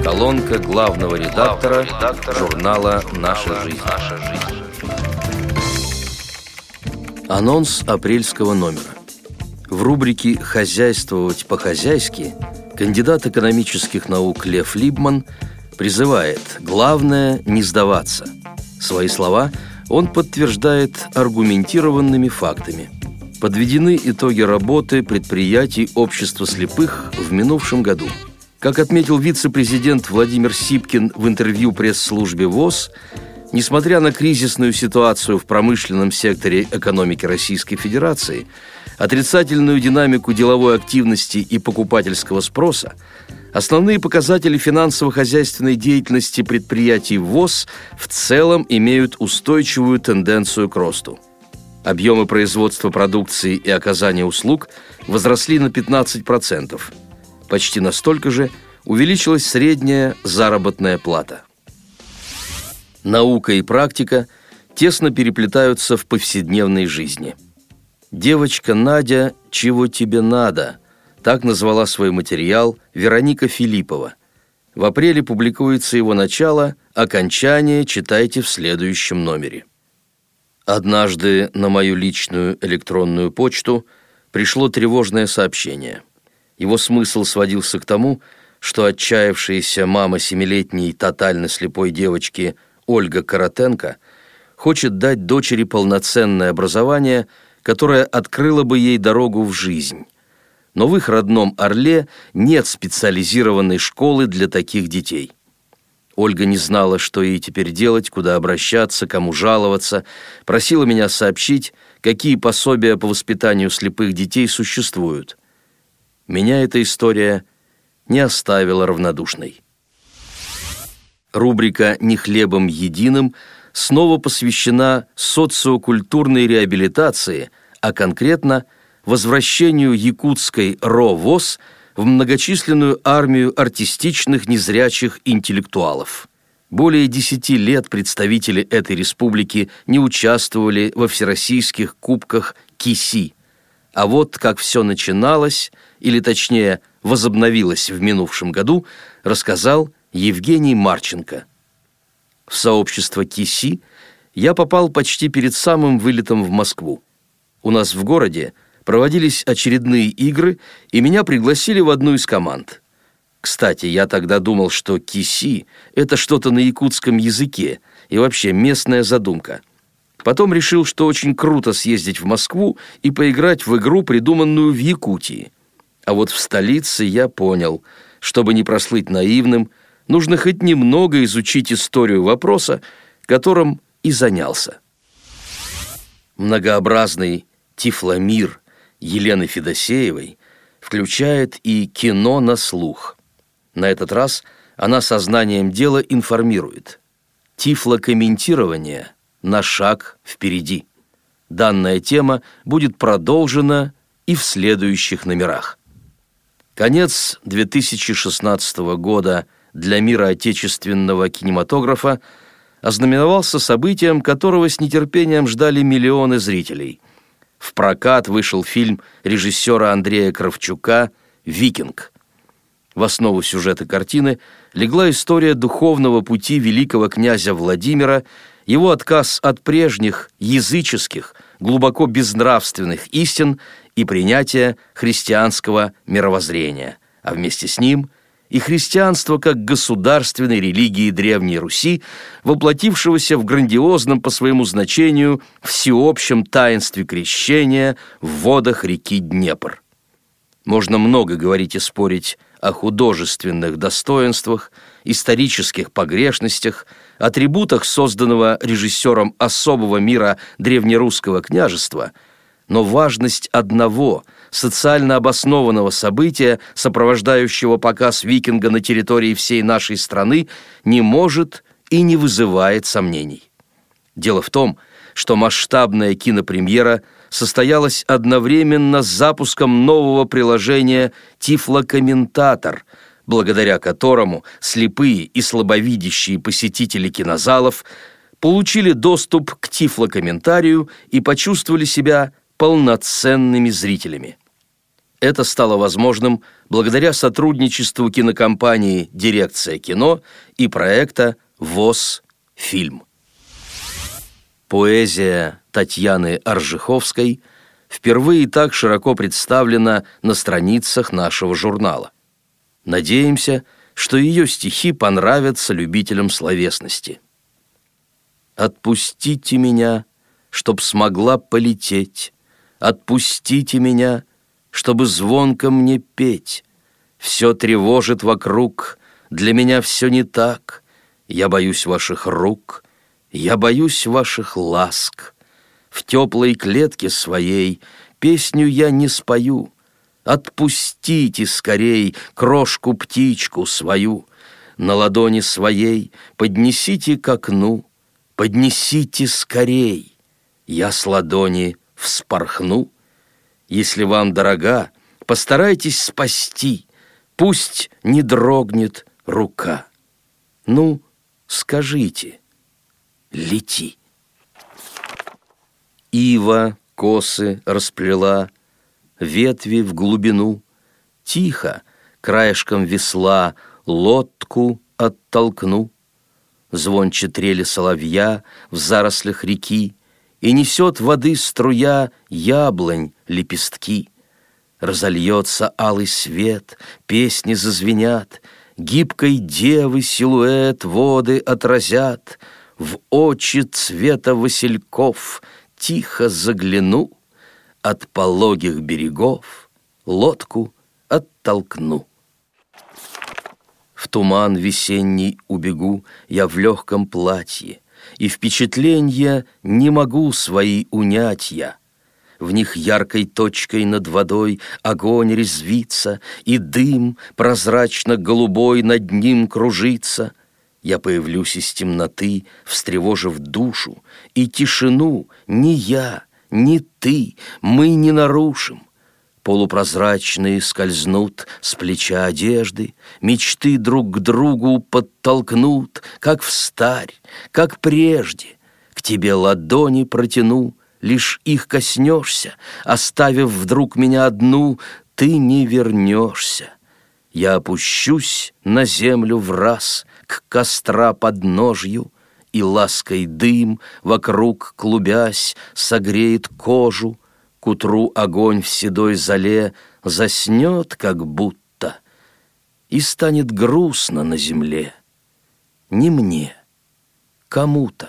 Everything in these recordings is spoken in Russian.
Колонка главного редактора журнала «Наша жизнь». Анонс апрельского номера. В рубрике «Хозяйствовать по-хозяйски» кандидат экономических наук Лев Либман призывает: главное – не сдаваться. Свои слова он подтверждает аргументированными фактами. Подведены итоги работы предприятий общества слепых в минувшем году. Как отметил вице-президент Владимир Сипкин в интервью пресс-службе ВОС, несмотря на кризисную ситуацию в промышленном секторе экономики Российской Федерации, отрицательную динамику деловой активности и покупательского спроса, основные показатели финансово-хозяйственной деятельности предприятий ВОС в целом имеют устойчивую тенденцию к росту. Объемы производства продукции и оказания услуг возросли на 15%. Почти настолько же увеличилась средняя заработная плата. Наука и практика тесно переплетаются в повседневной жизни. «Девочка Надя, чего тебе надо?» – так назвала свой материал Вероника Филиппова. В апреле публикуется его начало, окончание читайте в следующем номере. Однажды на мою личную электронную почту пришло тревожное сообщение. Его смысл сводился к тому, что отчаявшаяся мама 7-летней тотально слепой девочки Ольга Коротенко хочет дать дочери полноценное образование, которое открыло бы ей дорогу в жизнь. Но в их родном Орле нет специализированной школы для таких детей. Ольга не знала, что ей теперь делать, куда обращаться, кому жаловаться, просила меня сообщить, какие пособия по воспитанию слепых детей существуют. Меня эта история не оставила равнодушной. Рубрика «Не хлебом единым» снова посвящена социокультурной реабилитации, а конкретно возвращению якутской РО-ВОС в многочисленную армию артистичных незрячих интеллектуалов. Более 10 лет представители этой республики не участвовали во всероссийских кубках КИСИ. А вот как все начиналось, или точнее возобновилось в минувшем году, рассказал Евгений Марченко. В сообщество КИСИ я попал почти перед самым вылетом в Москву. У нас в городе проводились очередные игры, и меня пригласили в одну из команд. Кстати, я тогда думал, что КИСИ – это что-то на якутском языке и вообще местная задумка. Потом решил, что очень круто съездить в Москву и поиграть в игру, придуманную в Якутии. А вот в столице я понял, чтобы не прослыть наивным, нужно хоть немного изучить историю вопроса, которым и занялся. Многообразный тифломир Елены Федосеевой включает и кино на слух. На этот раз она сознанием дела информирует. Тифлокомментирование на шаг впереди. Данная тема будет продолжена и в следующих номерах. Конец 2016 года для мира отечественного кинематографа ознаменовался событием, которого с нетерпением ждали миллионы зрителей. В прокат вышел фильм режиссера Андрея Кравчука «Викинг». В основу сюжета картины легла история духовного пути великого князя Владимира, его отказ от прежних языческих, глубоко безнравственных истин и принятие христианского мировоззрения, а вместе с ним и христианство как государственной религии Древней Руси, воплотившегося в грандиозном по своему значению всеобщем таинстве крещения в водах реки Днепр. Можно много говорить и спорить о художественных достоинствах, исторических погрешностях, атрибутах созданного режиссером особого мира древнерусского княжества, но важность одного социально обоснованного события, сопровождающего показ «Викинга» на территории всей нашей страны, не может и не вызывает сомнений. Дело в том, что масштабная кинопремьера состоялась одновременно с запуском нового приложения «Тифлокомментатор», благодаря которому слепые и слабовидящие посетители кинозалов получили доступ к тифлокомментарию и почувствовали себя полноценными зрителями. Это стало возможным благодаря сотрудничеству кинокомпании «Дирекция кино» и проекта «ВОС Фильм». Поэзия Татьяны Оржиховской впервые так широко представлена на страницах нашего журнала. Надеемся, что ее стихи понравятся любителям словесности. «Отпустите меня, чтоб смогла полететь, отпустите меня, чтобы звонко мне петь. Все тревожит вокруг, для меня все не так. Я боюсь ваших рук, я боюсь ваших ласк. В теплой клетке своей песню я не спою. Отпустите скорей крошку-птичку свою. На ладони своей поднесите к окну, поднесите скорей. Я с ладони вспорхну. Если вам дорога, постарайтесь спасти, пусть не дрогнет рука. Ну, скажите, лети». Ива косы расплела, ветви в глубину. Тихо, краешком весла, лодку оттолкну. Звонче трели соловья в зарослях реки, и несет воды струя яблонь лепестки. Разольется алый свет, песни зазвенят, гибкой девы силуэт воды отразят. В очи цвета васильков тихо загляну, от пологих берегов лодку оттолкну. В туман весенний убегу я в легком платье, и впечатленья не могу свои унять я. В них яркой точкой над водой огонь резвится, и дым прозрачно-голубой над ним кружится. Я появлюсь из темноты, встревожив душу, и тишину ни я, ни ты, мы не нарушим. Полупрозрачные скользнут с плеча одежды, мечты друг к другу подтолкнут, как встарь, как прежде. К тебе ладони протяну, лишь их коснешься, оставив вдруг меня одну, ты не вернешься. Я опущусь на землю враз, к костра подножью, и лаской дым, вокруг клубясь, согреет кожу. К утру огонь в седой золе заснет как будто, и станет грустно на земле. Не мне, кому-то.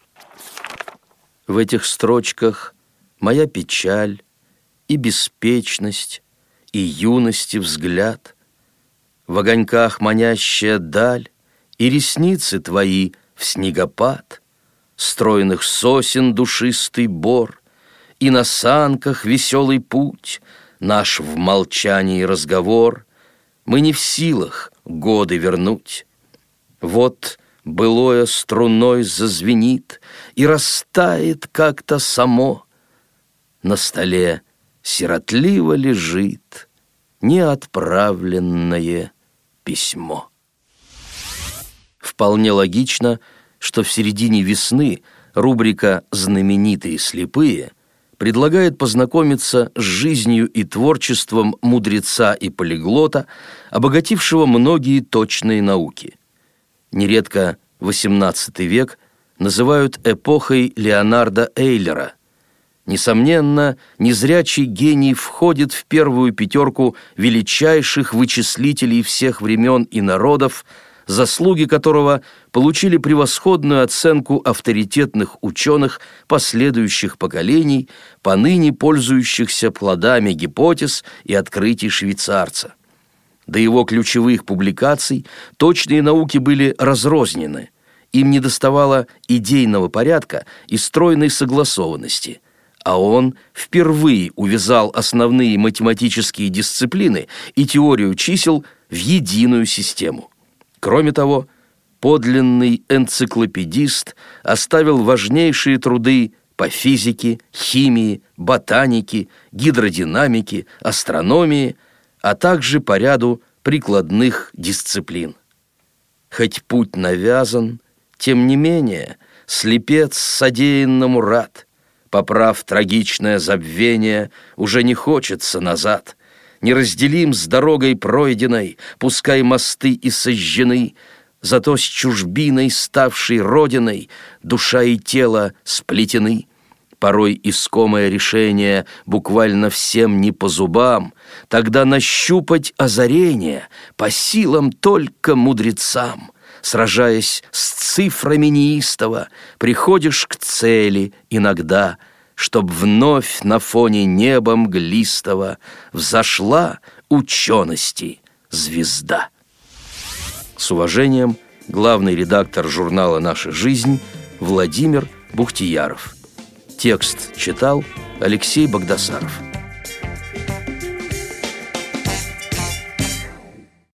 В этих строчках моя печаль и беспечность, и юности взгляд, в огоньках манящая даль, и ресницы твои в снегопад, стройных сосен душистый бор, и на санках веселый путь, наш в молчании разговор. Мы не в силах годы вернуть. Вот былое струной зазвенит и растает как-то само. На столе сиротливо лежит неотправленное письмо. Вполне логично, что в середине весны рубрика «Знаменитые слепые» предлагает познакомиться с жизнью и творчеством мудреца и полиглота, обогатившего многие точные науки. Нередко XVIII век называют эпохой Леонарда Эйлера. Несомненно, незрячий гений входит в первую пятерку величайших вычислителей всех времен и народов, заслуги которого получили превосходную оценку авторитетных ученых последующих поколений, поныне пользующихся плодами гипотез и открытий швейцарца. До его ключевых публикаций точные науки были разрознены, им недоставало идейного порядка и стройной согласованности, а он впервые увязал основные математические дисциплины и теорию чисел в единую систему. Кроме того, подлинный энциклопедист оставил важнейшие труды по физике, химии, ботанике, гидродинамике, астрономии, а также по ряду прикладных дисциплин. Хоть путь навязан, тем не менее, слепец содеянному рад. Поправ трагичное забвение, уже не хочется назад. неразделим с дорогой пройденной, пускай мосты и сожжены, зато с чужбиной, ставшей родиной, душа и тело сплетены. Порой искомое решение буквально всем не по зубам, тогда нащупать озарение по силам только мудрецам. Сражаясь с цифрами неистово, приходишь к цели иногда, чтоб вновь на фоне неба мглистого взошла учености звезда. С уважением, главный редактор журнала «Наша жизнь» Владимир Бухтияров. Текст читал Алексей Багдасаров.